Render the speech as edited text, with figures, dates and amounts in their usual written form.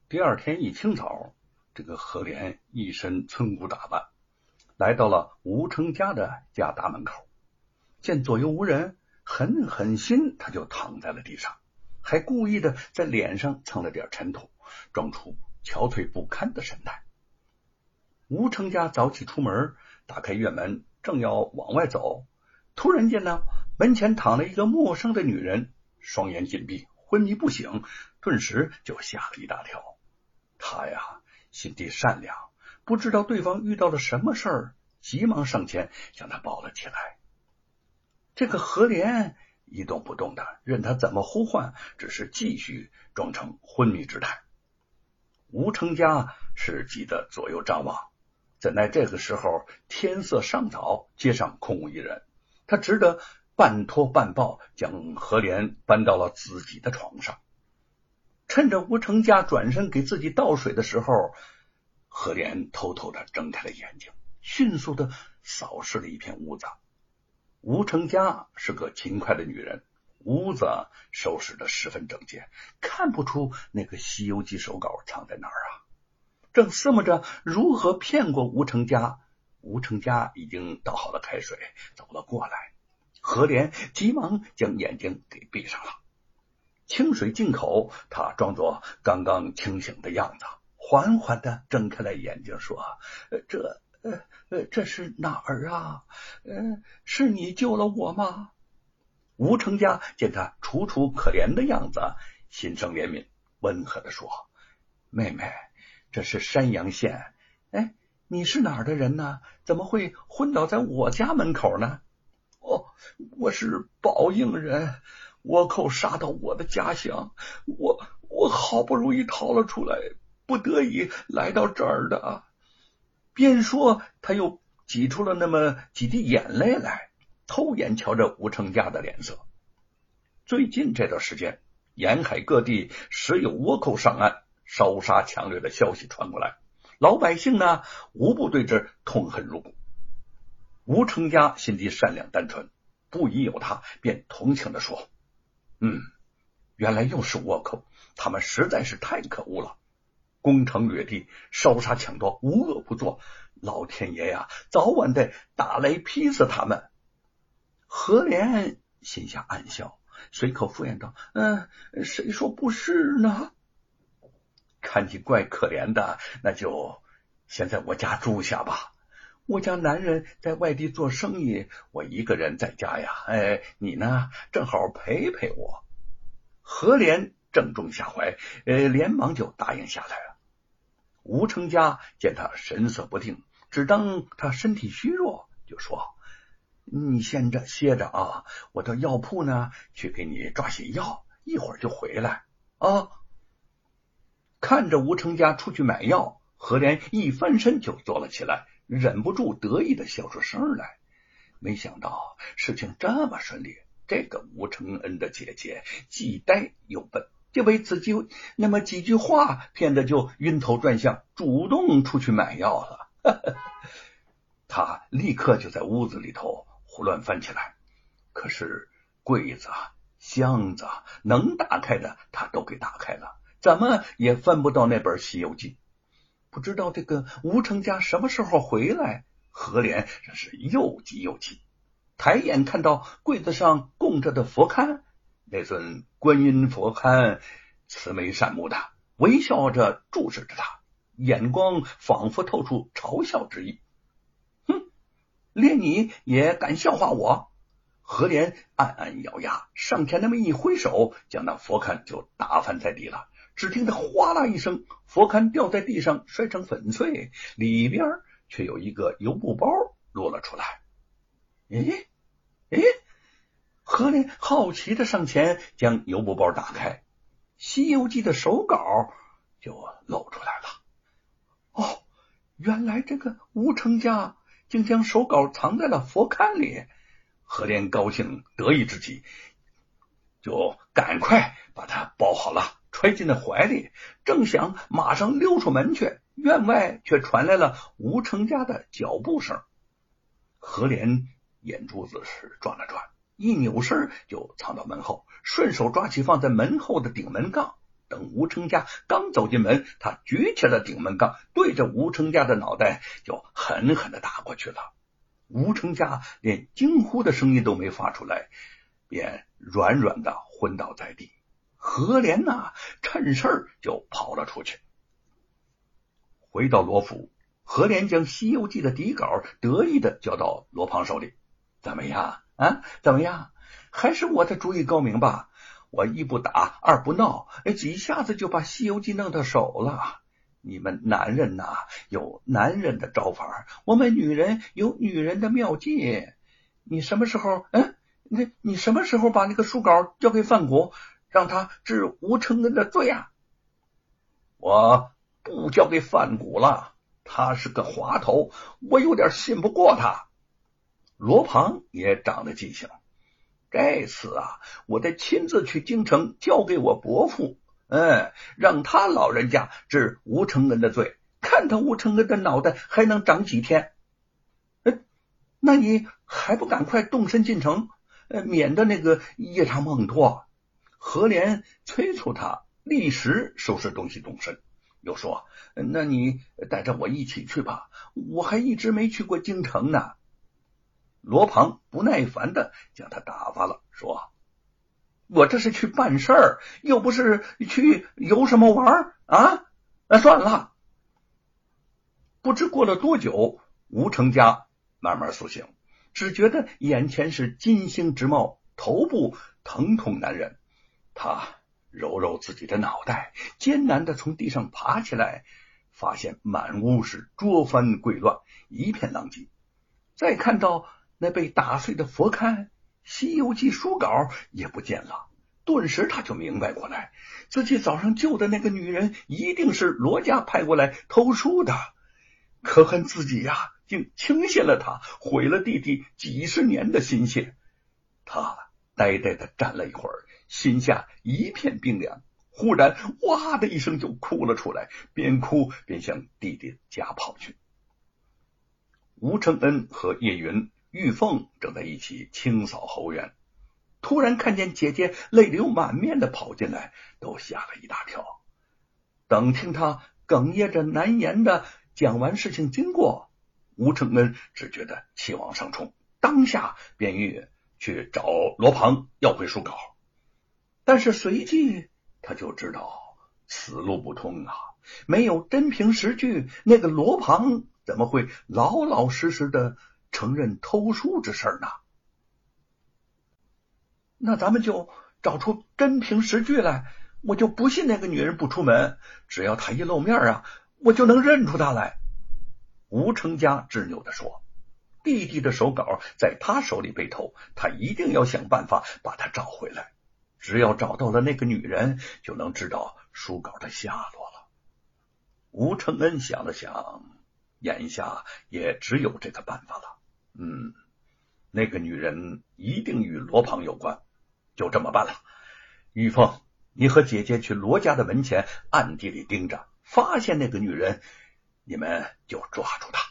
第二天一清早，这个何莲一身村姑打扮，来到了吴成家的家大门口，见左右无人，狠心他就躺在了地上，还故意的在脸上蹭了点尘土，装出憔悴不堪的神态。吴成家早起出门，打开院门，正要往外走，突然间呢，门前躺了一个陌生的女人，双眼紧闭，昏迷不醒，顿时就吓了一大跳。他呀，心地善良，不知道对方遇到了什么事儿，急忙上前将他抱了起来。这个何莲一动不动的，任他怎么呼唤，只是继续装成昏迷之态。吴成家是急得左右张望，怎奈这个时候天色尚早，街上空无一人，他只得半拖半抱将何莲搬到了自己的床上。趁着吴成家转身给自己倒水的时候，何莲偷偷的睁开了眼睛，迅速的扫视了一片屋子。吴成家是个勤快的女人，屋子收拾的十分整洁，看不出那个《西游记》手稿藏在哪儿啊。正思摸着如何骗过吴成家，吴成家已经倒好了开水，走了过来。何莲急忙将眼睛给闭上了，清水进口，他装作刚刚清醒的样子，缓缓的睁开了眼睛，说：这是哪儿啊？是你救了我吗？吴成家见他楚楚可怜的样子，心生怜悯，温和的说：妹妹，这是山阳县，你是哪儿的人呢？怎么会昏倒在我家门口呢？我是宝应人，倭寇杀到我的家乡，我好不容易逃了出来，不得已来到这儿的。边说他又挤出了那么几滴眼泪来，偷眼瞧着吴成家的脸色。最近这段时间，沿海各地时有倭寇上岸烧杀抢掠的消息传过来，老百姓呢无不对之痛恨入骨。吴成家心地善良单纯，不疑有他，便同情地说：原来又是倭寇，他们实在是太可恶了，攻城掠地，烧杀抢夺，无恶不作，老天爷呀，早晚得打雷劈死他们。何莲心下暗笑，随口敷衍道：谁说不是呢？看你怪可怜的，那就先在我家住下吧。我家男人在外地做生意，我一个人在家呀。你呢，正好陪陪我。何莲正中下怀，连忙就答应下来了。吴成家见他神色不定，只当他身体虚弱，就说：你先歇着啊，我到药铺呢去给你抓些药，一会儿就回来啊。看着吴成家出去买药，何莲一翻身就坐了起来，忍不住得意的笑出声来。没想到事情这么顺利，这个吴承恩的姐姐既呆又笨，就被自己那么几句话骗得就晕头转向，主动出去买药了。他立刻就在屋子里头胡乱翻起来，可是柜子箱子能打开的他都给打开了，怎么也翻不到那本《西游记》。不知道这个吴成家什么时候回来，何莲真是又急又气。抬眼看到柜子上供着的佛龛，那尊观音佛龛慈眉善目的，微笑着注视着他，眼光仿佛透出嘲笑之意。连你也敢笑话我？何莲暗暗咬牙，上前那么一挥手，将那佛龛就打翻在地了。只听得哗啦一声，佛龛掉在地上，摔成粉碎，里边却有一个油布包落了出来。何莲好奇的上前将油布包打开，《西游记》的手稿就露出来了。原来这个吴成家竟将手稿藏在了佛龛里。何莲高兴得意之极，就赶快把它包好了，揣进了怀里，正想马上溜出门去，院外却传来了吴成家的脚步声。何莲眼珠子是转了转，一扭身就藏到门后，顺手抓起放在门后的顶门杠， 等吴成家刚走进门，他举起了顶门杠，对着吴成家的脑袋就狠狠地打过去了。吴成家连惊呼的声音都没发出来，便软软的昏倒在地。何莲趁势就跑了出去。回到罗府，何莲将《西游记》的底稿得意的交到罗庞手里。怎么样啊？怎么样？还是我的主意高明吧？我一不打，二不闹，几下子就把《西游记》弄到手了。你们男人有男人的招法，我们女人有女人的妙计。你什么时候你什么时候把那个书稿交给范谷，让他治吴承恩的罪啊？我不交给范谷了，他是个滑头，我有点信不过他。罗庞也长了记性，这次我得亲自去京城交给我伯父，让他老人家治吴承恩的罪，看他吴承恩的脑袋还能长几天。那你还不赶快动身进城，免得那个夜长梦多。何莲催促他立时收拾东西动身，又说那你带着我一起去吧，我还一直没去过京城呢。罗庞不耐烦的将他打发了，说我这是去办事儿，又不是去游什么玩啊？算了。不知过了多久，吴成家慢慢苏醒，只觉得眼前是金星直冒，头部疼痛难忍。他揉揉自己的脑袋，艰难的从地上爬起来，发现满屋是桌翻柜乱，一片狼藉。再看到那被打碎的佛龛，《西游记》书稿也不见了，顿时他就明白过来，自己早上救的那个女人一定是罗家派过来偷书的，可恨自己竟轻信了他，毁了弟弟几十年的心血。他呆呆的站了一会儿，心下一片冰凉，忽然哇的一声就哭了出来，边哭边向弟弟家跑去。吴承恩和叶云、玉凤正在一起清扫后院，突然看见姐姐泪流满面的跑进来，都吓了一大跳。等听他哽咽着难言的讲完事情经过，吴承恩只觉得气往上冲，当下便去找罗庞要回书稿。但是随即他就知道此路不通没有真凭实据，那个罗庞怎么会老老实实的承认偷书之事呢？那咱们就找出真凭实据来，我就不信那个女人不出门，只要她一露面我就能认出她来。吴成家执拗地说，弟弟的手稿在他手里被偷，他一定要想办法把她找回来，只要找到了那个女人，就能知道书稿的下落了。吴承恩想了想，眼下也只有这个办法了。那个女人一定与罗庞有关，就这么办了。玉凤，你和姐姐去罗家的门前暗地里盯着，发现那个女人，你们就抓住她。